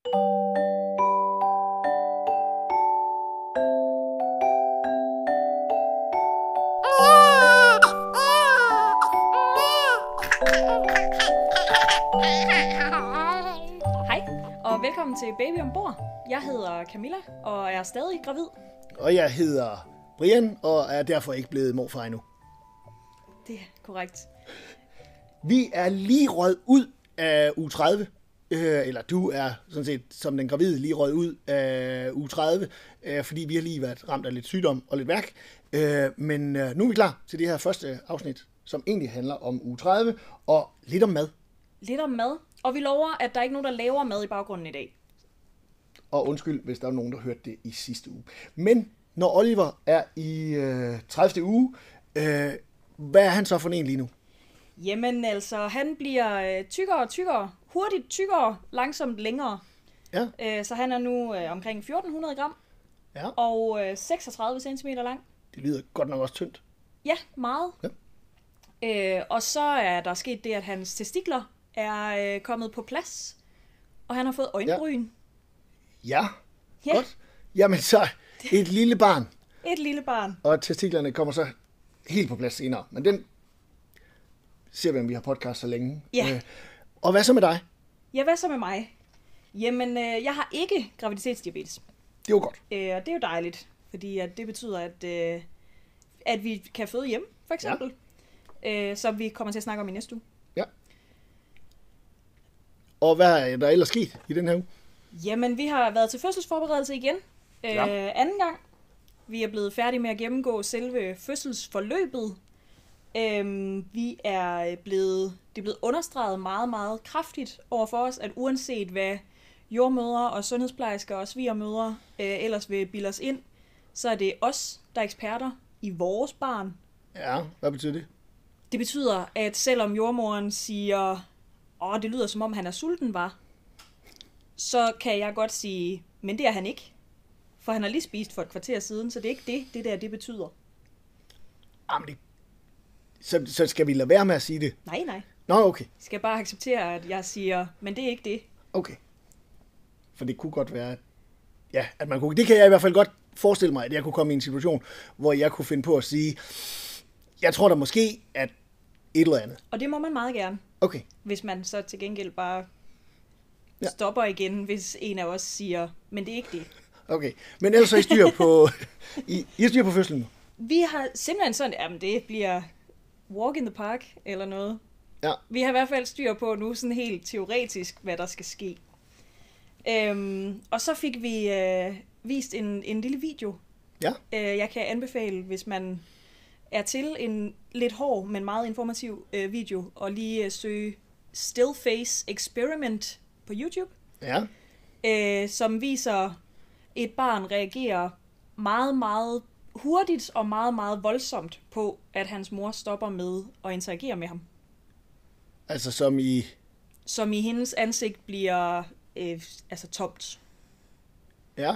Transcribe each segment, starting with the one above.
Hej, og velkommen til Baby Ombord. Jeg hedder Camilla, og er stadig gravid. Og jeg hedder Brian, og er derfor ikke blevet morfar endnu. Det er korrekt. Vi er lige røget ud af uge 30. Eller du er sådan set som den gravide lige røget ud af uge 30, fordi vi har lige været ramt af lidt sygdom og lidt værk. Men nu er vi klar til det her første afsnit, som egentlig handler om uge 30 og lidt om mad. Lidt om mad, og vi lover, at der er ikke nogen, der laver mad i baggrunden i dag. Og undskyld, hvis der er nogen, der hørte det i sidste uge. Men når Oliver er i 30. uge, hvad er han så for en lige nu? Jamen altså, han bliver tykkere og tykkere, hurtigt tykkere, langsomt længere. Ja. Så han er nu omkring 1400 gram, Ja. og 36 cm lang. Det lyder godt nok også tyndt. Ja, meget. Ja. Og så er der sket det, at hans testikler er kommet på plads, og han har fået øjenbryn. Ja, Ja. godt. Jamen så et lille barn, Et lille barn. og testiklerne kommer så helt på plads senere. Men den ser vi, om vi har podcast så længe. Ja. Og hvad så med dig? Ja, hvad så med mig? Jamen, jeg har ikke graviditetsdiabetes. Det var godt. Og det er jo dejligt, fordi at det betyder, at vi kan føde hjem, for eksempel. Ja. Som vi kommer til at snakke om i næste uge. Ja. Og hvad er der ellers sket i den her uge? Jamen, vi har været til fødselsforberedelse igen. Ja. Anden gang. Vi er blevet færdige med at gennemgå selve fødselsforløbet. Det er blevet understreget meget, meget kraftigt over for os, at uanset hvad jordmødre og sundhedsplejersker og svigermødre ellers vil bilde os ind, så er det os, der er eksperter i vores barn. Ja, hvad betyder det? Det betyder, at selvom jordmoren siger, det lyder som om han er sulten, så kan jeg godt sige, men det er han ikke. For han har lige spist for et kvarter siden, så det er ikke det betyder. Jamen, så skal vi lade være med at sige det? Nej. Nå, okay. Jeg skal bare acceptere, at jeg siger, men det er ikke det. Okay. For det kunne godt være, at man kunne... Det kan jeg i hvert fald godt forestille mig, at jeg kunne komme i en situation, hvor jeg kunne finde på at sige, jeg tror der måske, at et eller andet. Og det må man meget gerne. Okay. Hvis man så til gengæld bare stopper igen, hvis en af os siger, men det er ikke det. Okay, men ellers så er I styr på, I er styr på fødslen nu? Vi har simpelthen sådan, jamen det bliver walk in the park eller noget. Ja. Vi har i hvert fald styr på nu sådan helt teoretisk, hvad der skal ske. Og så fik vi vist en lille video. Ja. Jeg kan anbefale, hvis man er til en lidt hård, men meget informativ video, og lige søge Still Face Experiment på YouTube. Ja. Som viser et barn reagerer meget, meget hurtigt og meget, meget voldsomt på, at hans mor stopper med at interagere med ham. Altså som i... Som i hendes ansigt bliver tomt. Ja.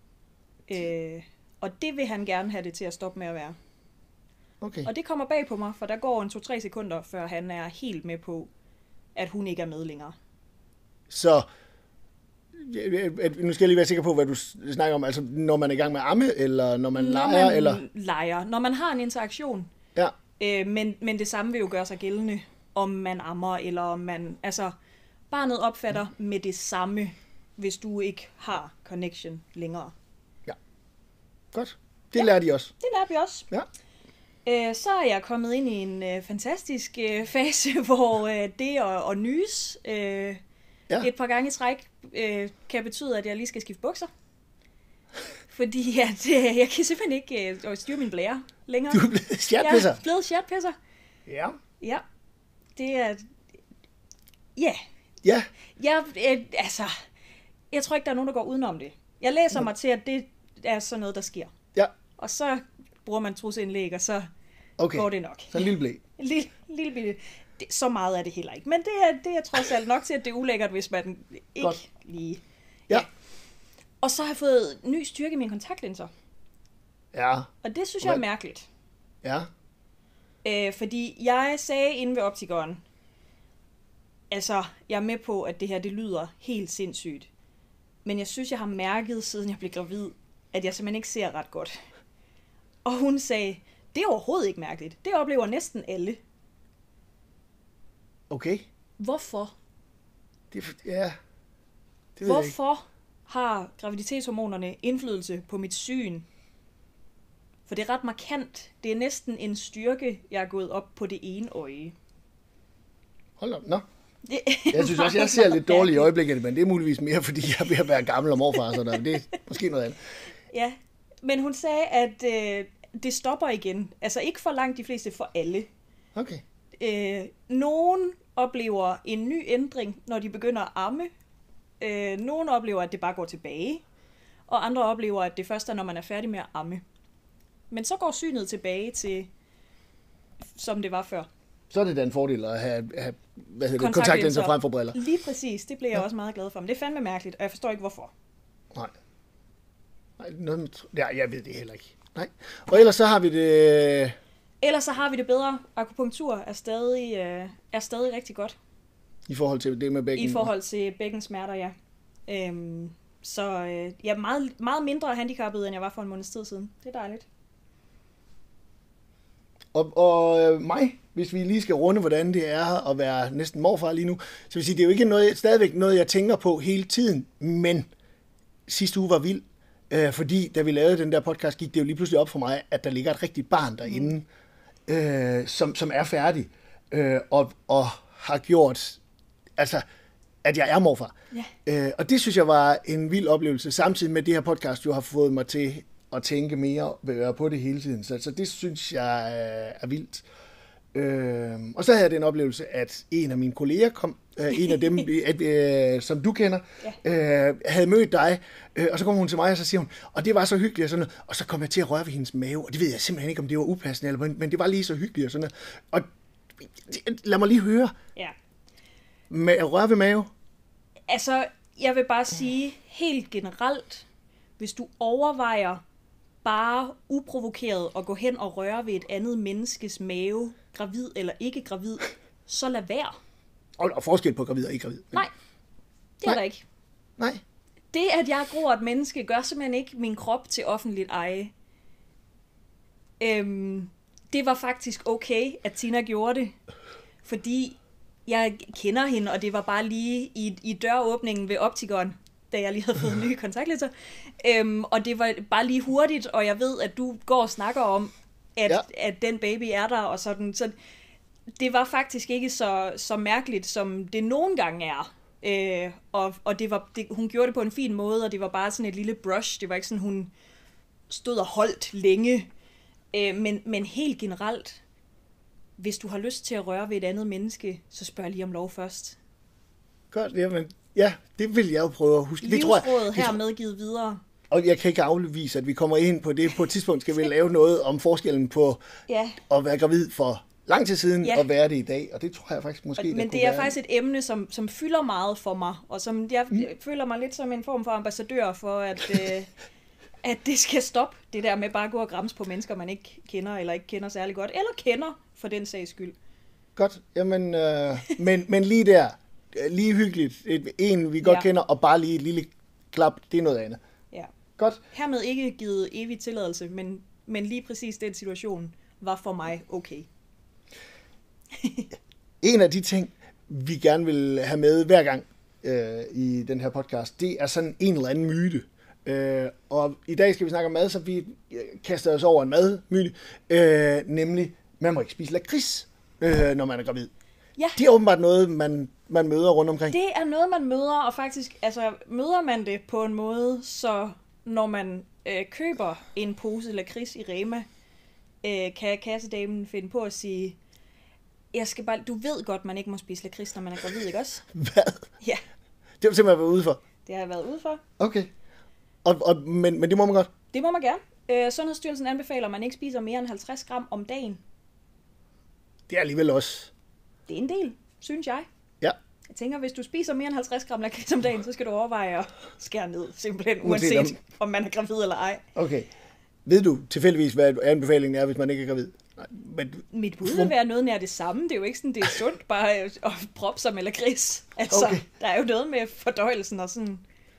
Og det vil han gerne have det til at stoppe med at være. Okay. Og det kommer bag på mig, for der går 2-3 sekunder, før han er helt med på, at hun ikke er med længere. Så... Nu skal jeg lige være sikker på, hvad du snakker om. Altså, når man er i gang med at amme, eller når man leger, eller... leger. Når man har en interaktion. Ja. Men det samme vil jo gøre sig gældende, om man ammer, eller om man... Altså, barnet opfatter med det samme, hvis du ikke har connection længere. Ja. Godt. Det lærer de også. Det lærte vi også. Ja. Så er jeg kommet ind i en fantastisk fase, hvor det at nys et par gange i træk kan betyde, at jeg lige skal skifte bukser. Fordi at, jeg kan simpelthen ikke styre min blære længere. Du er blevet sjatpisser. Jeg er blevet sjatpisser. Ja. Ja. Det er... Ja. Ja. Jeg tror ikke, der er nogen, der går udenom det. Jeg læser mig til, at det er sådan noget, der sker. Ja. Og så bruger man trusindlæg, og så går det nok. Så en lille blæ. Lille bitte. Så meget er det heller ikke. Men det er trods alt nok til, at det er ulækkert, hvis man ikke lige... Ja. Og så har jeg fået ny styrke i mine kontaktlinser. Ja. Og det synes jeg er mærkeligt. Ja. Fordi jeg sagde inde ved optikeren, altså, jeg er med på, at det her, det lyder helt sindssygt. Men jeg synes, jeg har mærket, siden jeg blev gravid, at jeg simpelthen ikke ser ret godt. Og hun sagde, det er overhovedet ikke mærkeligt. Det oplever næsten alle. Okay. Hvorfor? Det ved jeg ikke. Hvorfor har graviditetshormonerne indflydelse på mit syn? For det er ret markant. Det er næsten en styrke, jeg er gået op på det ene øje. Hold op, nå. Jeg synes også, jeg ser lidt dårligt i øjeblikket, men det er muligvis mere, fordi jeg er ved at være gammel og morfar, så det er måske noget andet. Ja, men hun sagde, at det stopper igen. Altså ikke for langt de fleste, for alle. Okay. Nogen oplever en ny ændring, når de begynder at amme. Nogen oplever, at det bare går tilbage. Og andre oplever, at det først er, når man er færdig med at amme. Men så går synet tilbage til, som det var før. Så er det da en fordel at have kontaktlinser frem for briller. Lige præcis, det blev jeg også meget glad for. Men det er fandme mærkeligt, og jeg forstår ikke, hvorfor. Nej, jeg ved det heller ikke. Nej. Og ellers så har vi det... Ellers så har vi det bedre. Akupunktur er stadig rigtig godt. I forhold til det med bækken? I forhold til bækkensmerter, ja. Så jeg er meget, meget mindre handicappet, end jeg var for en måneds tid siden. Det er dejligt. Og mig, hvis vi lige skal runde, hvordan det er at være næsten morfar lige nu, så vil sige, det er jo ikke stadigvæk noget, jeg tænker på hele tiden, men sidste uge var vild, fordi da vi lavede den der podcast, gik det jo lige pludselig op for mig, at der ligger et rigtigt barn derinde, som er færdig, og har gjort, altså, at jeg er morfar. Ja. Og det synes jeg var en vild oplevelse, samtidig med det her podcast jo har fået mig til at tænke mere på det hele tiden. Så det synes jeg er vildt. Og så havde jeg den oplevelse, at en af mine kolleger kom, en af dem, som du kender, havde mødt dig, og så kom hun til mig, og så siger hun, og det var så hyggeligt, og sådan noget, og så kom jeg til at røre ved hendes mave, og det ved jeg simpelthen ikke, om det var upassende, men det var lige så hyggeligt, og sådan noget. Og lad mig lige høre. Ja. Med at røre ved mave? Altså, jeg vil bare sige, helt generelt, hvis du overvejer bare uprovokeret at gå hen og røre ved et andet menneskes mave, gravid eller ikke gravid, så lad være. Og forskel på gravid og ikke gravid. Nej, det er der ikke. Nej. Det, at jeg er grå et menneske, gør simpelthen ikke min krop til offentligt eje. Det var faktisk okay, at Tina gjorde det, fordi jeg kender hende, og det var bare lige i døråbningen ved optikeren, da jeg lige havde fået nye kontaktlinser. Og det var bare lige hurtigt, og jeg ved, at du går og snakker om, at den baby er der, og sådan. Så det var faktisk ikke så mærkeligt, som det nogle gange er. Og hun gjorde det på en fin måde, og det var bare sådan et lille brush. Det var ikke sådan, hun stod og holdt længe. Men helt generelt, hvis du har lyst til at røre ved et andet menneske, så spørg lige om lov først. Godt, jamen, ja, det vil jeg jo prøve at huske. Livsrådet her medgivet videre. Og jeg kan ikke afvise, at vi kommer ind på det. På et tidspunkt skal vi lave noget om forskellen på at være gravid for lang tid siden og være det i dag. Og det tror jeg faktisk måske, men det er faktisk et emne, som fylder meget for mig. Og som jeg føler mig lidt som en form for ambassadør for, at det skal stoppe. Det der med bare at gå og gramse på mennesker, man ikke kender eller ikke kender særlig godt. Eller kender, for den sags skyld. Godt, jamen, men lige der, lige hyggeligt. En, vi godt kender, og bare lige et lille klap, det er noget andet. Ja. Godt. Hermed ikke givet evig tilladelse, men lige præcis den situation var for mig okay. En af de ting, vi gerne vil have med hver gang i den her podcast, det er sådan en eller anden myte. Og i dag skal vi snakke om mad, så vi kaster os over en madmyte, nemlig, man må ikke spise lakrids, når man er gravid. Ja. Det er åbenbart noget, man møder rundt omkring. Det er noget, man møder, og faktisk møder man det på en måde, så når man køber en pose lakrids i Rema, kan kassedamen finde på at sige, du ved godt, man ikke må spise lakrids, når man er gravid, ikke også? Hvad? Ja. Det har du simpelthen været ude for? Det har jeg været ude for. Okay. Men det må man godt? Det må man gerne. Sundhedsstyrelsen anbefaler, at man ikke spiser mere end 50 gram om dagen. Det er alligevel også. Det er en del, synes jeg. Ja. Jeg tænker, hvis du spiser mere end 50 gram lakrids om dagen, så skal du overveje at skære ned, simpelthen, uanset om man er gravid eller ej. Okay. Ved du tilfældigvis, hvad anbefalingen er, hvis man ikke er gravid? Mit bud vil være noget nær det samme. Det er jo ikke sådan, det er sundt bare at proppe sig med lakrids. Altså, der er jo noget med fordøjelsen og sådan.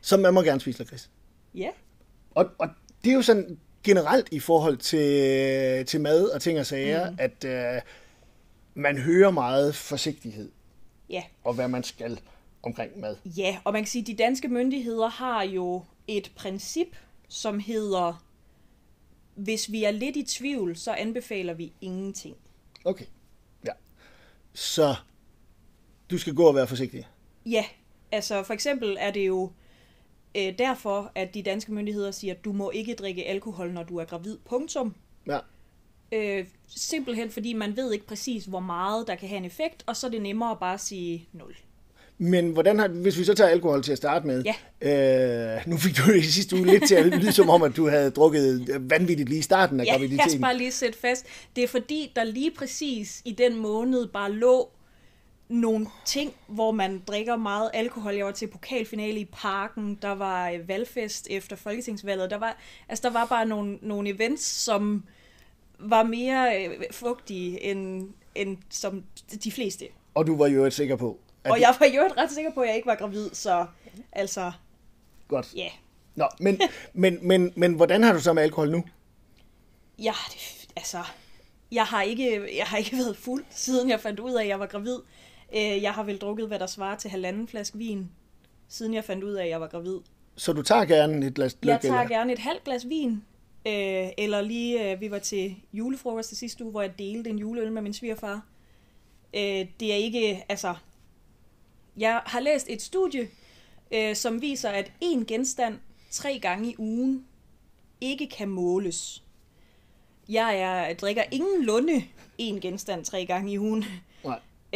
Så man må gerne spise lakrids. Ja. Og det er jo sådan generelt i forhold til mad og ting og sager, at man hører meget forsigtighed. Ja. Og hvad man skal omkring mad. Ja, og man kan sige, at de danske myndigheder har jo et princip, som hedder, hvis vi er lidt i tvivl, så anbefaler vi ingenting. Okay, ja. Så du skal gå og være forsigtig. Ja, altså for eksempel er det jo derfor, at de danske myndigheder siger, at du må ikke drikke alkohol, når du er gravid. Punktum. Ja. Simpelthen fordi man ved ikke præcis, hvor meget der kan have en effekt, og så er det nemmere bare at sige 0. Men hvis vi så tager alkohol til at starte med, nu fik du i sidste uge lidt til at lyde som om, at du havde drukket vanvittigt lige i starten af graviditeten. Ja, jeg skal bare lige sætte fast. Det er fordi, der lige præcis i den måned bare lå nogle ting, hvor man drikker meget alkohol. Jeg var til pokalfinale i Parken, der var valgfest efter folketingsvalget. Der var bare nogle events, som var mere fugtige end som de fleste. Og du var jo ikke sikker på. Og jeg var jo ret sikker på, at jeg ikke var gravid, så altså... Godt. Ja. Nå, men hvordan har du så med alkohol nu? Ja, jeg har ikke været fuld, siden jeg fandt ud af, at jeg var gravid. Jeg har vel drukket, hvad der svarer til 1,5 flaske vin, siden jeg fandt ud af, at jeg var gravid. Så du tager gerne et glas? Jeg tager gerne et halvt glas vin. Eller lige, vi var til julefrokost til sidste uge, hvor jeg delte en juleøl med min svigerfar. Det er ikke, altså... Jeg har læst et studie, som viser, at en genstand 3 gange i ugen ikke kan måles. Jeg drikker ingenlunde en genstand 3 gange i ugen. Nej.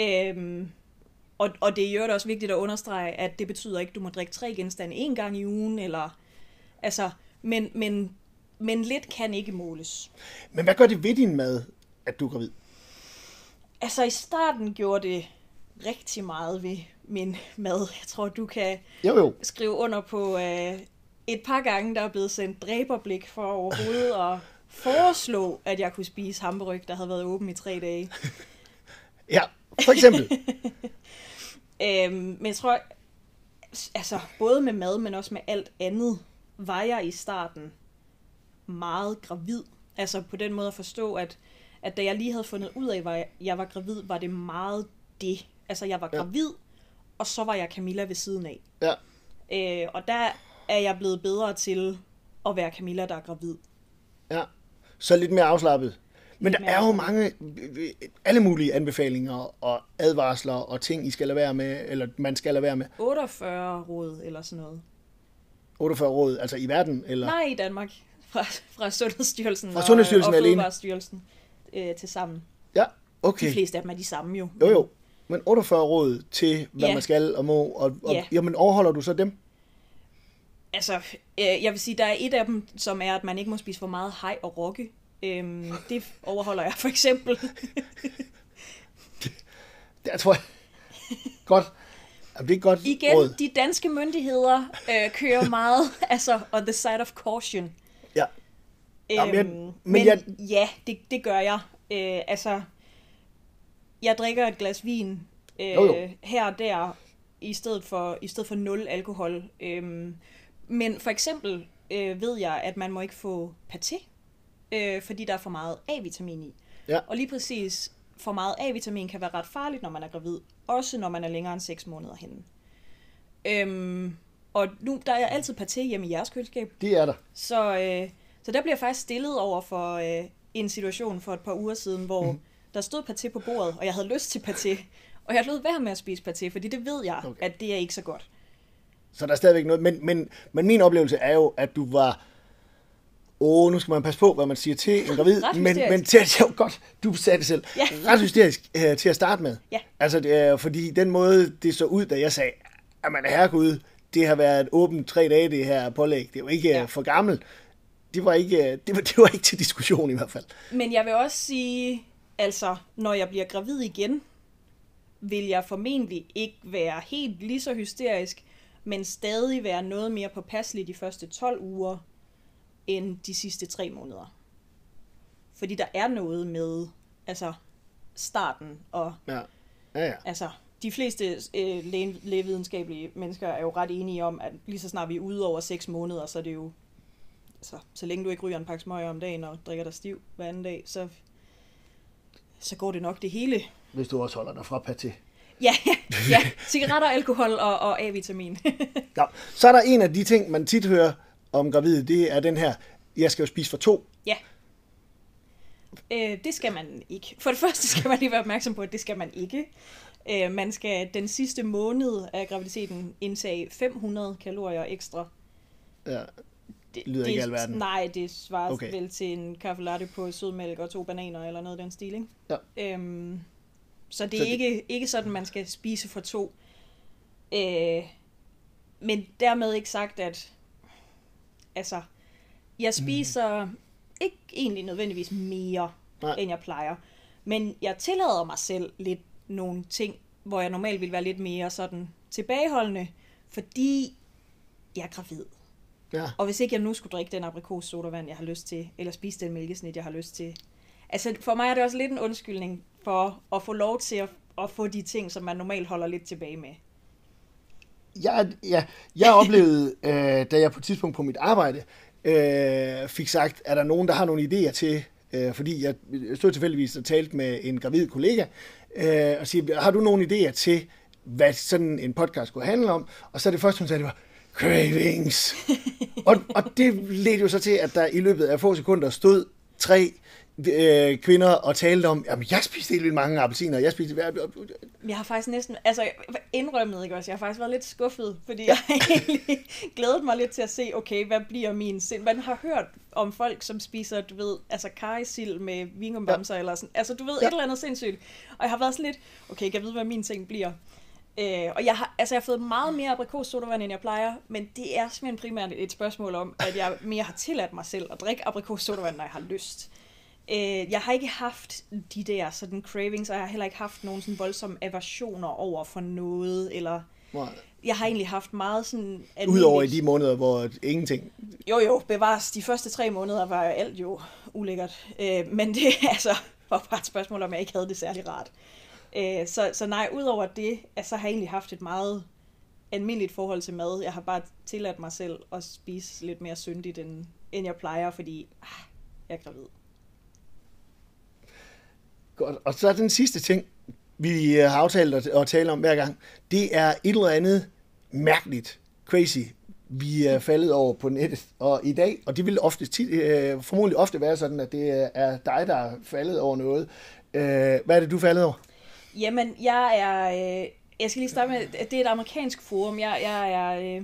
Og det er jo også vigtigt at understrege, at det betyder ikke, at du må drikke 3 genstande 1 gang i ugen, eller... Altså, men lidt kan ikke måles. Men hvad gør det ved din mad, at du er gravid? Altså, i starten gjorde det rigtig meget ved min mad. Jeg tror, du kan skrive under på et par gange, der er blevet sendt dræberblik for overhovedet at foreslå, at jeg kunne spise hamburg, der havde været åben i 3 dage. Ja, for eksempel. Men jeg tror, altså både med mad, men også med alt andet, var jeg i starten meget gravid. Altså på den måde at forstå, at da jeg lige havde fundet ud af, at jeg var gravid, var det meget det. Altså jeg var gravid, og så var jeg Camilla ved siden af. Ja. Og der er jeg blevet bedre til at være Camilla, der er gravid. Ja, så lidt mere afslappet. Men der er jo mange, alle mulige anbefalinger og advarsler og ting, I skal lade være med, eller man skal lade være med. 48 råd eller sådan noget. 48 råd, altså i verden? Eller? Nej, i Danmark. Fra Sundhedsstyrelsen, fra Sundhedsstyrelsen og alene? Fødevarestyrelsen til sammen. Ja, okay. De fleste af dem er de samme jo. Jo. Men 48 råd til, hvad man skal og må, og jamen, overholder du så dem? Altså, jeg vil sige, der er et af dem, som er, at man ikke må spise for meget haj og rokke. Det overholder jeg for eksempel. Det tror jeg. Godt. Jamen, det er godt igen, råd. De danske myndigheder kører meget, altså, on the side of caution. Ja. Det gør jeg. Altså, jeg drikker et glas vin her og der, i stedet for 0 alkohol. Men for eksempel ved jeg, at man må ikke få paté, fordi der er for meget A-vitamin i. Ja. Og lige præcis, for meget A-vitamin kan være ret farligt, når man er gravid. Også når man er længere end 6 måneder henne. Og nu, der er altid paté hjemme i jeres køleskab. Det er der. Så der bliver jeg faktisk stillet over for en situation for et par uger siden, hvor der stod paté på bordet, og jeg havde lyst til paté. Og jeg lod være med at spise paté, fordi det ved jeg, at det er ikke så godt. Så der er stadigvæk noget. Men min oplevelse er jo, at du var... nu skal man passe på, hvad man siger til en gravid. men til at godt, du sagde det selv. Ja. Ret hysterisk til at starte med. Ja. Altså, det er fordi den måde, det så ud, da jeg sagde, at man er herregud, det har været åbent 3 dage, det her pålæg. Det er jo ikke for gammelt. Det var ikke til diskussion i hvert fald. Men jeg vil også sige, altså, når jeg bliver gravid igen, vil jeg formentlig ikke være helt lige så hysterisk, men stadig være noget mere påpasselig de første 12 uger, end de sidste 3 måneder. Fordi der er noget med, altså, starten og... Ja. Altså, de fleste lægevidenskabelige mennesker er jo ret enige om, at lige så snart vi er ude over 6 måneder, så er det jo, altså, så længe du ikke ryger en pakke smøger om dagen og drikker dig stiv hver anden dag, så går det nok det hele. Hvis du også holder dig fra paté. Ja, cigaretter, alkohol og A-vitamin. Ja. Så er der en af de ting, man tit hører om gravide, det er den her, jeg skal jo spise for 2. Ja. Det skal man ikke. For det første skal man lige være opmærksom på, at det skal man ikke. Man skal den sidste måned af graviditeten indtage 500 kalorier ekstra. Ja, det lyder ikke alverden. Nej, det svarer vel til en kaffe latte på sødmælk og 2 bananer eller noget af den stil, ikke? Ja. Så det er ikke sådan, man skal spise for 2. Men dermed ikke sagt, at altså, jeg spiser ikke egentlig nødvendigvis mere, end jeg plejer. Men jeg tillader mig selv lidt nogle ting, hvor jeg normalt ville være lidt mere sådan tilbageholdende, fordi jeg er gravid. Ja. Og hvis ikke jeg nu skulle drikke den aprikossodavand, jeg har lyst til, eller spise den mælkesnit, jeg har lyst til. Altså for mig er det også lidt en undskyldning for at få lov til at få de ting, som man normalt holder lidt tilbage med. Jeg oplevede, da jeg på et tidspunkt på mit arbejde fik sagt, er der nogen, der har nogle idéer til, fordi jeg stod tilfældigvis og talte med en gravid kollega, og siger, har du nogle idéer til, hvad sådan en podcast kunne handle om? Og så det første, hun sagde, det var, cravings. og det ledte jo så til, at der i løbet af få sekunder stod 3 kvinder og talte om, jamen jeg spiste helt vildt mange appelsiner, jeg spiste... Jeg har faktisk næsten, altså indrømmet, ikke også, jeg har faktisk været lidt skuffet, fordi jeg har egentlig glædet mig lidt til at se, okay, hvad bliver min sind? Man har hørt om folk, som spiser, du ved, altså karrysild med vingumbamser eller sådan, altså du ved, et eller andet sindssygt, og jeg har været sådan lidt, okay, kan jeg vide, hvad min ting bliver? Og jeg har fået meget mere aprikossodavand, end jeg plejer, men det er simpelthen primært et spørgsmål om, at jeg mere har tilladt mig selv at drikke aprikossodavand, når jeg har lyst. Jeg har ikke haft de der sådan cravings, og jeg har heller ikke haft nogen sådan voldsomme aversioner over for noget, eller... Nej. Jeg har egentlig haft meget sådan... Udover i de måneder, hvor ingenting... Jo, bevares. De første 3 måneder var alt jo ulækkert. Men det altså, var bare et spørgsmål, om jeg ikke havde det særlig rart. Så nej, udover det, så har jeg egentlig haft et meget almindeligt forhold til mad. Jeg har bare tilladt mig selv at spise lidt mere syndigt, end jeg plejer, fordi jeg er gravid. Godt. Og så er den sidste ting, vi har aftalt at tale om hver gang, det er et eller andet mærkeligt, crazy, vi er faldet over på nettet. Og i dag, og det vil formodentlig ofte være sådan, at det er dig, der er faldet over noget. Hvad er det, du er faldet over? Jamen, jeg skal lige starte med, det er et amerikansk forum. Jeg er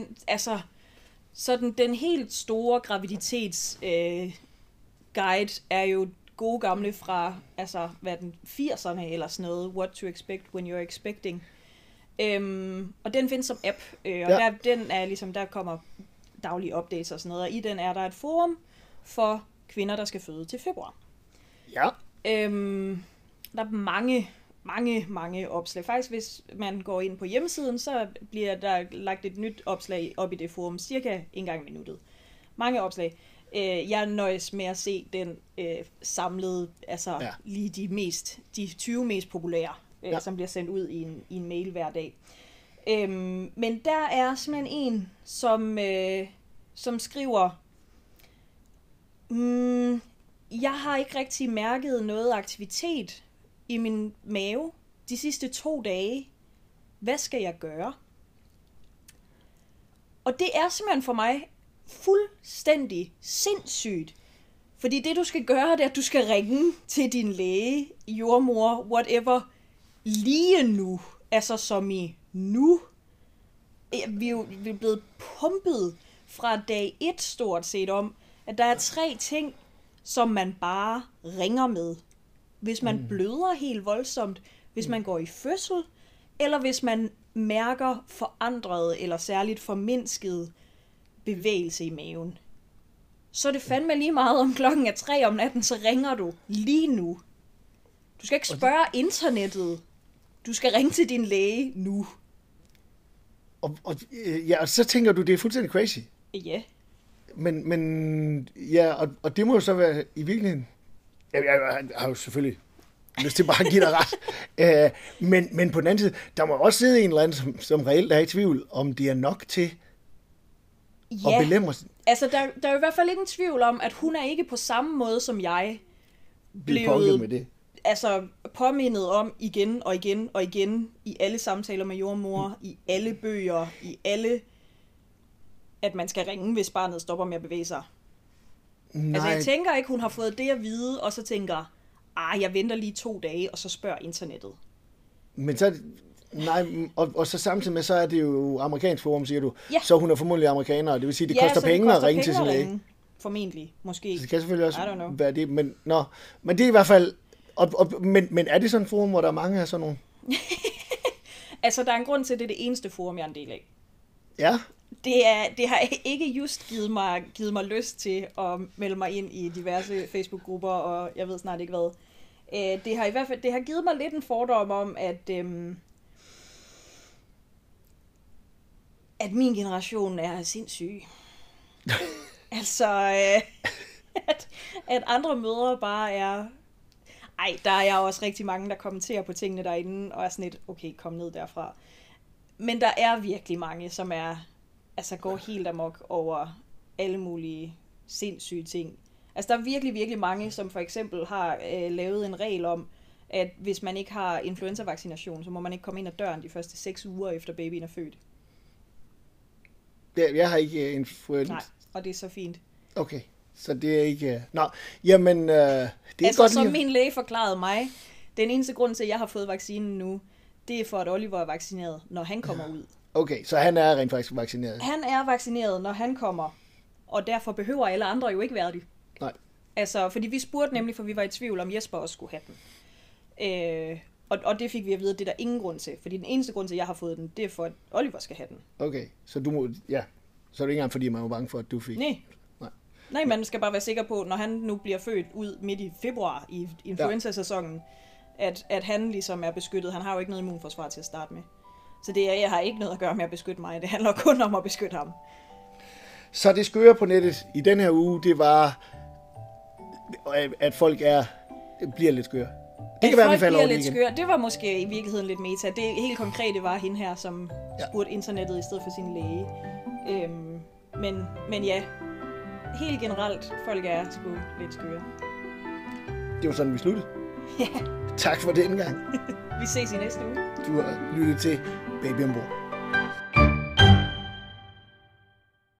den helt store graviditets guide er jo gode gamle fra, altså, hvad er den, 80'erne eller sådan noget, What to Expect When You're Expecting. Og den findes som app, og den er ligesom, der kommer daglige updates og sådan noget, og i den er der et forum for kvinder, der skal føde til februar. Ja. Der er mange opslag. Faktisk, hvis man går ind på hjemmesiden, så bliver der lagt et nyt opslag op i det forum, cirka en gang i minuttet. Mange opslag. Jeg nøjes med at se den samlede, altså lige de 20 mest populære, som bliver sendt ud i en mail hver dag. Men der er simpelthen en, som skriver, jeg har ikke rigtig mærket noget aktivitet i min mave de sidste 2 dage. Hvad skal jeg gøre? Og det er simpelthen for mig fuldstændig sindssygt. Fordi det du skal gøre, det er, at du skal ringe til din læge, jordmor, whatever, lige nu. Altså som i nu. Vi er blevet pumpet fra dag 1 stort set om, at der er 3 ting, som man bare ringer med. Hvis man bløder helt voldsomt, hvis man går i fødsel, eller hvis man mærker forandret eller særligt formindsket bevægelse i maven. Så er det fandme lige meget, om klokken er 3 om natten, så ringer du lige nu. Du skal ikke spørge internettet. Du skal ringe til din læge nu. Og så tænker du, det er fuldstændig crazy. Ja. Men ja, og det må jo så være i virkeligheden... Jeg har jo selvfølgelig lyst til bare at give dig ret. Men på den anden side, der må også sidde en eller anden, som reelt er i tvivl, om det er nok til at belemre. Altså der er i hvert fald ingen tvivl om, at hun er ikke på samme måde som jeg blevet med det. Altså påmindet om igen og igen og igen i alle samtaler med jordmor, i alle bøger, i alle, at man skal ringe, hvis barnet stopper med at bevæge sig. Nej. Altså jeg tænker ikke, hun har fået det at vide, og så tænker, jeg venter lige 2 dage, og så spørger internettet. Men så, nej, og så samtidig med, så er det jo amerikansk forum, siger du. Ja. Så hun er formodentlig amerikaner, det vil sige, det koster penge at ringe til sin læge. Formentlig, måske. Så det kan selvfølgelig også være det, men det er i hvert fald, men er det sådan et forum, hvor der er mange af sådan nogle? Altså, der er en grund til, at det er det eneste forum, jeg er en del af. Ja. Det har ikke just givet mig lyst til at melde mig ind i diverse Facebook-grupper, og jeg ved snart ikke hvad. Det har i hvert fald givet mig lidt en fordom om, at min generation er sindssyg. Altså, at andre mødre bare er... Ej, der er også rigtig mange, der kommenterer på tingene derinde, og er sådan lidt, okay, kom ned derfra. Men der er virkelig mange, som går helt amok over alle mulige sindssyge ting. Altså, der er virkelig, virkelig mange, som for eksempel har lavet en regel om, at hvis man ikke har influenza-vaccination, så må man ikke komme ind ad døren de første 6 uger efter babyen er født. Jeg har ikke influenza. Nej, og det er så fint. Okay, så det er ikke... Nå, jamen, det er altså, godt som min læge forklarede mig, den eneste grund til, at jeg har fået vaccinen nu, det er for, at Oliver er vaccineret, når han kommer ud. Okay, så han er rent faktisk vaccineret? Han er vaccineret, når han kommer, og derfor behøver alle andre jo ikke være det. Nej. Altså, fordi vi spurgte nemlig, for vi var i tvivl, om Jesper også skulle have den. Og det fik vi at vide, at det er der ingen grund til. Fordi den eneste grund til, at jeg har fået den, det er for, at Oliver skal have den. Okay, så du må... Ja, så er det ikke engang, fordi man var bange for, at du fik... Nej, man skal bare være sikker på, når han nu bliver født ud midt i februar i influenza-sæsonen, at han ligesom er beskyttet. Han har jo ikke noget immunforsvar til at starte med. Så jeg har ikke noget at gøre med at beskytte mig. Det handler kun om at beskytte ham. Så det skøre på nettet i den her uge, det var, at folk bliver lidt skøre. Det kan være, vi falder over det igen. Skøre. Det var måske i virkeligheden lidt meta. Det helt konkrete var hende her, som spurgte internettet i stedet for sin læge. Men ja, helt generelt, folk er sgu lidt skøre. Det var sådan, vi sluttede. Ja. Tak for denne gang. Vi ses i næste uge. Du har lyttet til Baby Ombord.